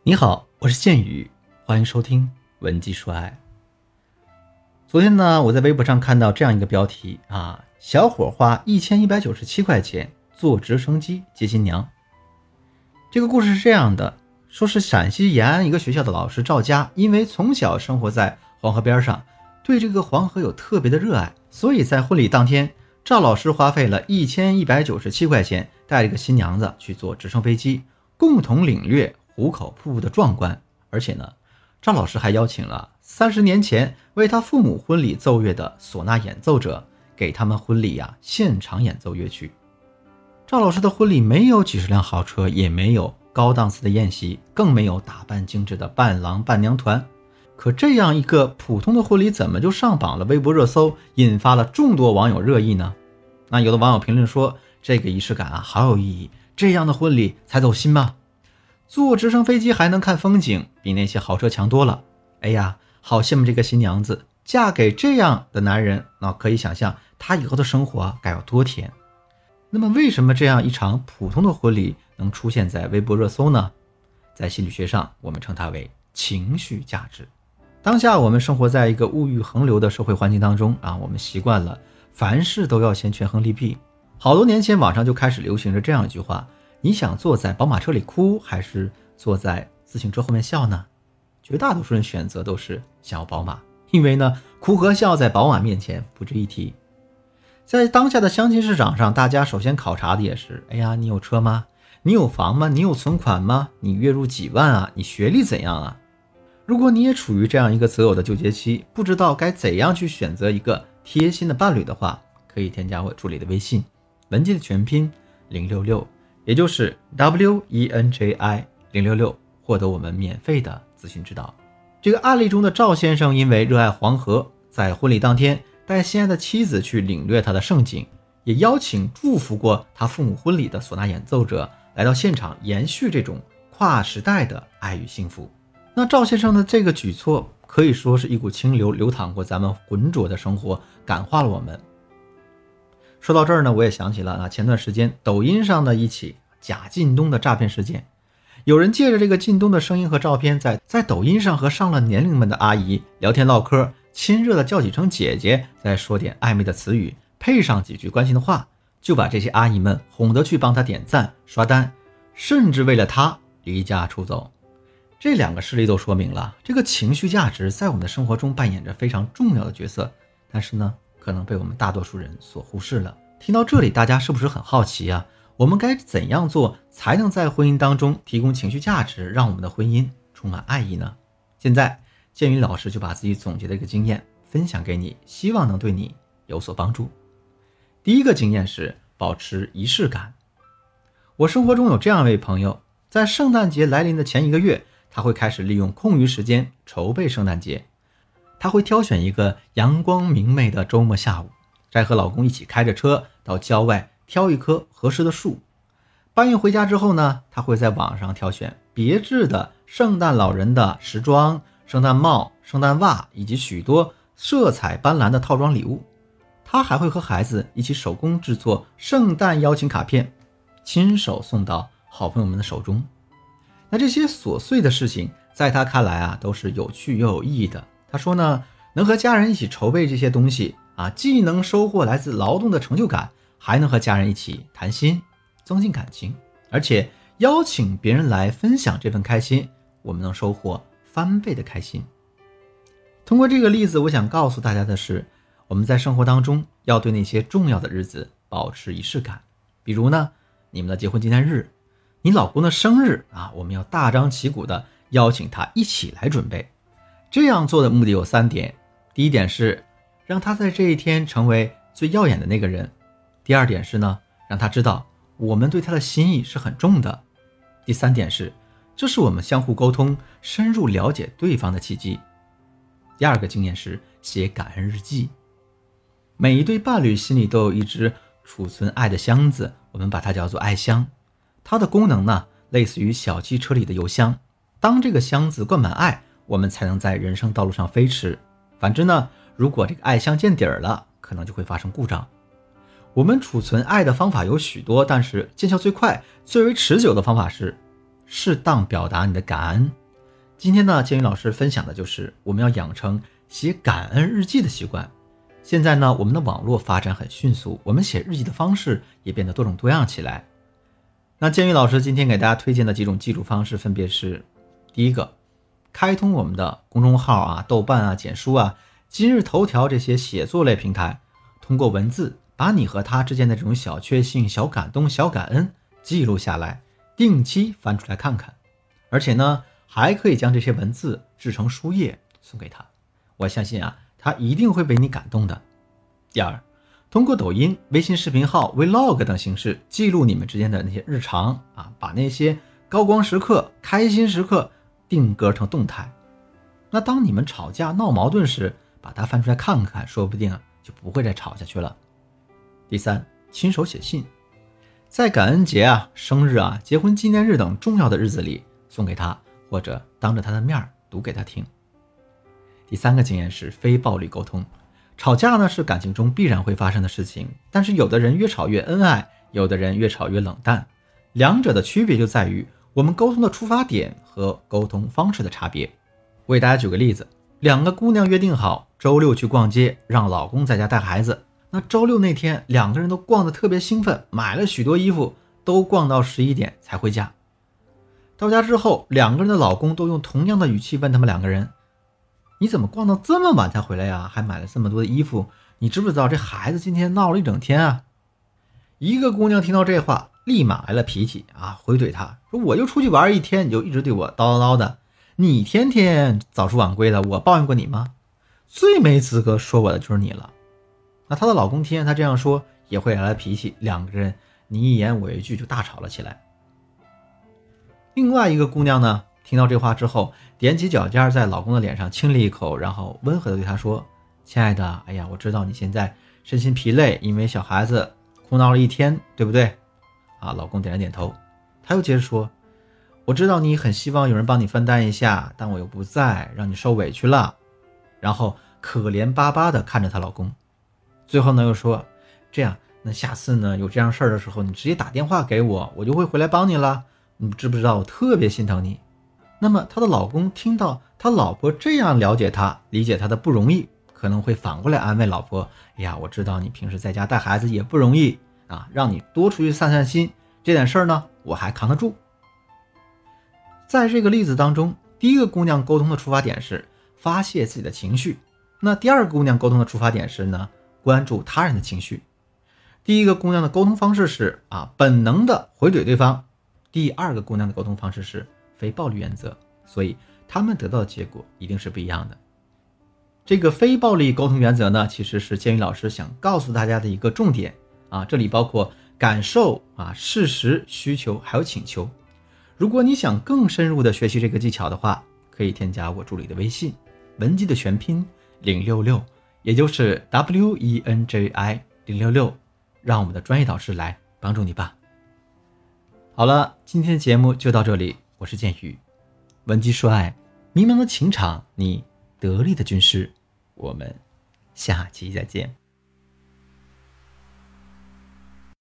你好，我是剑宇，欢迎收听文姬说爱。昨天呢，我在微博上看到这样一个标题小伙花1197块钱坐直升机接新娘。这个故事是这样的，说是陕西延安一个学校的老师赵佳，因为从小生活在黄河边上，对这个黄河有特别的热爱，所以在婚礼当天，赵老师花费了1197块钱带这个新娘子去坐直升飞机，共同领略壶口瀑布的壮观。而且呢，赵老师还邀请了30年前为他父母婚礼奏乐的唢呐演奏者，给他们婚礼现场演奏乐曲。赵老师的婚礼没有几十辆豪车，也没有高档次的宴席，更没有打扮精致的伴郎伴娘团。可这样一个普通的婚礼怎么就上榜了微博热搜，引发了众多网友热议呢？那有的网友评论说，这个仪式感好有意义，这样的婚礼才走心吗？坐直升飞机还能看风景，比那些豪车强多了。哎呀，好羡慕这个新娘子，嫁给这样的男人，那可以想象她以后的生活该有多甜。那么为什么这样一场普通的婚礼能出现在微博热搜呢？在心理学上，我们称它为情绪价值。当下我们生活在一个物欲横流的社会环境当中我们习惯了凡事都要先权衡利弊。好多年前网上就开始流行着这样一句话，你想坐在宝马车里哭，还是坐在自行车后面笑呢？绝大多数人选择都是想要宝马，因为呢，哭和笑在宝马面前不值一提。在当下的相亲市场上，大家首先考察的也是，你有车吗？你有房吗？你有存款吗？你月入几万你学历怎样如果你也处于这样一个择偶的纠结期，不知道该怎样去选择一个贴心的伴侣的话，可以添加我助理的微信，文姬的全拼066，也就是 WENJI 066，获得我们免费的咨询指导。这个案例中的赵先生因为热爱黄河，在婚礼当天带心爱的妻子去领略他的盛景，也邀请祝福过他父母婚礼的唢呐演奏者来到现场，延续这种跨时代的爱与幸福。那赵先生的这个举措可以说是一股清流流淌过咱们浑浊的生活，感化了我们。说到这儿呢，我也想起了前段时间抖音上的一起假靳东的诈骗事件。有人借着这个靳东的声音和照片，在抖音上和上了年龄们的阿姨聊天唠嗑，亲热的叫几声姐姐，再说点暧昧的词语，配上几句关心的话，就把这些阿姨们哄得去帮他点赞刷单，甚至为了他离家出走。这两个事例都说明了，这个情绪价值在我们的生活中扮演着非常重要的角色，但是呢，可能被我们大多数人所忽视了。听到这里，大家是不是很好奇我们该怎样做才能在婚姻当中提供情绪价值，让我们的婚姻充满爱意呢？现在建宇老师就把自己总结的一个经验分享给你，希望能对你有所帮助。第一个经验是保持仪式感。我生活中有这样一位朋友，在圣诞节来临的前1个月，他会开始利用空余时间筹备圣诞节。他会挑选一个阳光明媚的周末下午，再和老公一起开着车到郊外挑一棵合适的树。搬运回家之后呢，他会在网上挑选别致的圣诞老人的时装、圣诞帽、圣诞袜以及许多色彩斑斓的套装礼物。他还会和孩子一起手工制作圣诞邀请卡片，亲手送到好朋友们的手中。那这些琐碎的事情在他看来都是有趣又有意义的。他说呢，能和家人一起筹备这些东西既能收获来自劳动的成就感，还能和家人一起谈心，增进感情，而且邀请别人来分享这份开心，我们能收获翻倍的开心。通过这个例子，我想告诉大家的是，我们在生活当中要对那些重要的日子保持仪式感。比如呢，你们的结婚纪念日，你老公的生日我们要大张旗鼓的邀请他一起来准备。这样做的目的有3点。第一点是让他在这一天成为最耀眼的那个人。第2点是呢，让他知道我们对他的心意是很重的。第3点是，这是我们相互沟通、深入了解对方的契机。第2个经验是写感恩日记。每一对伴侣心里都有一只储存爱的箱子，我们把它叫做爱箱。它的功能呢，类似于小汽车里的油箱。当这个箱子灌满爱，我们才能在人生道路上飞驰。反之呢，如果这个爱箱见底儿了，可能就会发生故障。我们储存爱的方法有许多，但是见效最快、最为持久的方法是适当表达你的感恩。今天呢，建宇老师分享的就是我们要养成写感恩日记的习惯。现在呢，我们的网络发展很迅速，我们写日记的方式也变得多种多样起来。那建宇老师今天给大家推荐的几种记录方式分别是：第一个，开通我们的公众号啊、豆瓣啊、简书啊、今日头条这些写作类平台，通过文字把你和他之间的这种小确幸、小感动、小感恩记录下来，定期翻出来看看。而且呢，还可以将这些文字制成书页送给他，我相信啊，他一定会被你感动的。第二，通过抖音、微信视频号、vlog 等形式记录你们之间的那些日常啊，把那些高光时刻、开心时刻定格成动态。那当你们吵架闹矛盾时，把它翻出来看看，说不定就不会再吵下去了。第三，亲手写信，在感恩节啊、生日啊、结婚纪念日等重要的日子里送给他，或者当着他的面读给他听。第三个经验是非暴力沟通。吵架呢是感情中必然会发生的事情，但是有的人越吵越恩爱，有的人越吵越冷淡，两者的区别就在于我们沟通的出发点和沟通方式的差别。我给大家举个例子，两个姑娘约定好周六去逛街，让老公在家带孩子。那周六那天两个人都逛得特别兴奋，买了许多衣服，都逛到11点才回家。到家之后，两个人的老公都用同样的语气问他们两个人，你怎么逛到这么晚才回来呀？还买了这么多的衣服，你知不知道这孩子今天闹了一整天啊？一个姑娘听到这话立马来了脾气啊，回怼他说，我就出去玩一天，你就一直对我叨叨叨的，你天天早出晚归的，我抱怨过你吗？最没资格说我的就是你了。那她的老公听见她这样说也会来了脾气，两个人你一言我一句就大吵了起来。另外一个姑娘呢，听到这话之后，踮起脚尖在老公的脸上亲了一口，然后温和地对他说，亲爱的，哎呀，我知道你现在身心疲累，因为小孩子哭闹了一天，对不对？老公点了点头。他又接着说，我知道你很希望有人帮你分担一下，但我又不在，让你受委屈了。然后可怜巴巴地看着她老公。最后呢又说，这样，那下次呢有这样事儿的时候，你直接打电话给我，我就会回来帮你了。你知不知道我特别心疼你？那么她的老公听到他老婆这样了解他，理解他的不容易，可能会反过来安慰老婆，哎呀，我知道你平时在家带孩子也不容易啊，让你多出去散散心，这点事儿呢我还扛得住。在这个例子当中，第一个姑娘沟通的出发点是发泄自己的情绪，那第二个姑娘沟通的出发点是呢，关注他人的情绪。第一个姑娘的沟通方式是本能的回怼对方，第二个姑娘的沟通方式是非暴力原则，所以他们得到的结果一定是不一样的。这个非暴力沟通原则呢，其实是建宇老师想告诉大家的一个重点这里包括感受事实、需求还有请求。如果你想更深入的学习这个技巧的话，可以添加我助理的微信，文姬的全拼066，也就是 WENJI 066，让我们的专业导师来帮助你吧。好了，今天的节目就到这里，我是建宇，文姬说爱，迷茫的情场，你得力的军师，我们下期再见。